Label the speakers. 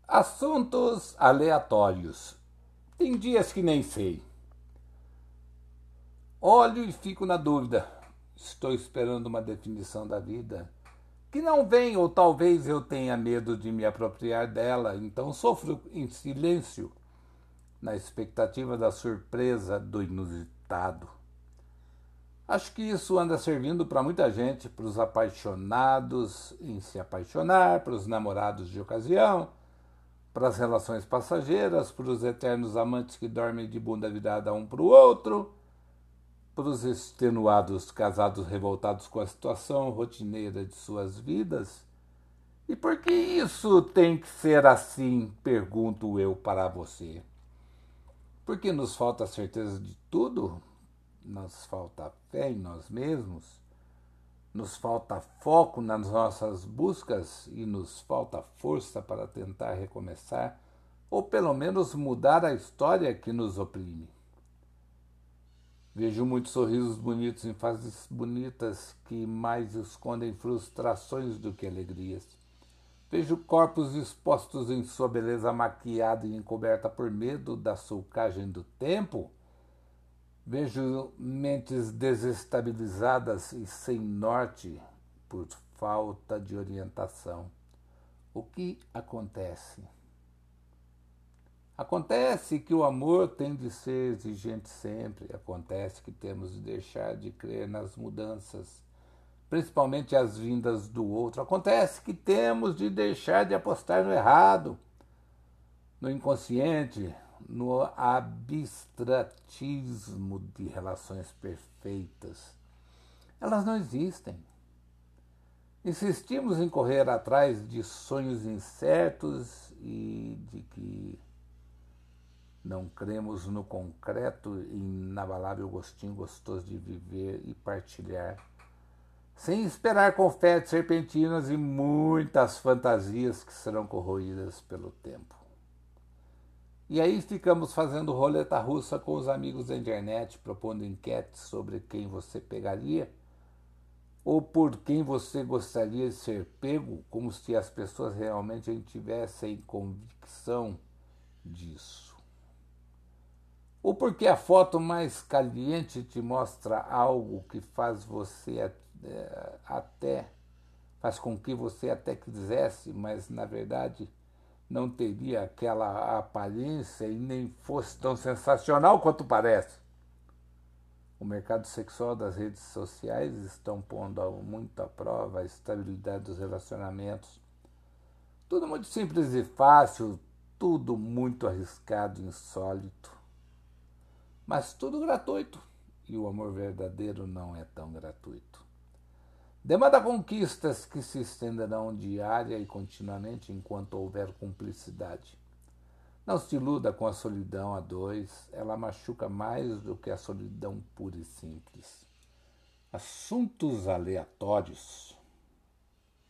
Speaker 1: Assuntos aleatórios. Tem dias que nem sei. Olho e fico na dúvida. Estou esperando uma definição da vida que não vem, ou talvez eu tenha medo de me apropriar dela, então sofro em silêncio, na expectativa da surpresa, do inusitado. Acho que isso anda servindo para muita gente, para os apaixonados em se apaixonar, para os namorados de ocasião, para as relações passageiras, para os eternos amantes que dormem de bunda virada um para o outro, para os extenuados casados revoltados com a situação rotineira de suas vidas. E por que isso tem que ser assim, pergunto eu para você? Porque nos falta certeza de tudo? Nos falta fé em nós mesmos? Nos falta foco nas nossas buscas e nos falta força para tentar recomeçar ou pelo menos mudar a história que nos oprime. Vejo muitos sorrisos bonitos em faces bonitas que mais escondem frustrações do que alegrias. Vejo corpos expostos em sua beleza maquiada e encoberta por medo da sulcagem do tempo. Vejo mentes desestabilizadas e sem norte por falta de orientação. O que acontece? Acontece que o amor tem de ser exigente sempre. Acontece que temos de deixar de crer nas mudanças, principalmente as vindas do outro. Acontece que temos de deixar de apostar no errado, no inconsciente, no abstratismo de relações perfeitas. Elas não existem. Insistimos em correr atrás de sonhos incertos e de que não cremos no concreto e inabalável gostinho gostoso de viver e partilhar, sem esperar confetes, serpentinas e muitas fantasias que serão corroídas pelo tempo. E aí ficamos fazendo roleta russa com os amigos da internet, propondo enquetes sobre quem você pegaria ou por quem você gostaria de ser pego, como se as pessoas realmente tivessem convicção disso. Ou porque a foto mais caliente te mostra algo que faz você faz com que você até quisesse, mas na verdade não teria aquela aparência e nem fosse tão sensacional quanto parece. O mercado sexual das redes sociais estão pondo muito à prova a estabilidade dos relacionamentos. Tudo muito simples e fácil, tudo muito arriscado e insólito. Mas tudo gratuito. E o amor verdadeiro não é tão gratuito. Demanda conquistas que se estenderão diária e continuamente enquanto houver cumplicidade. Não se iluda com a solidão a dois, ela machuca mais do que a solidão pura e simples. Assuntos aleatórios.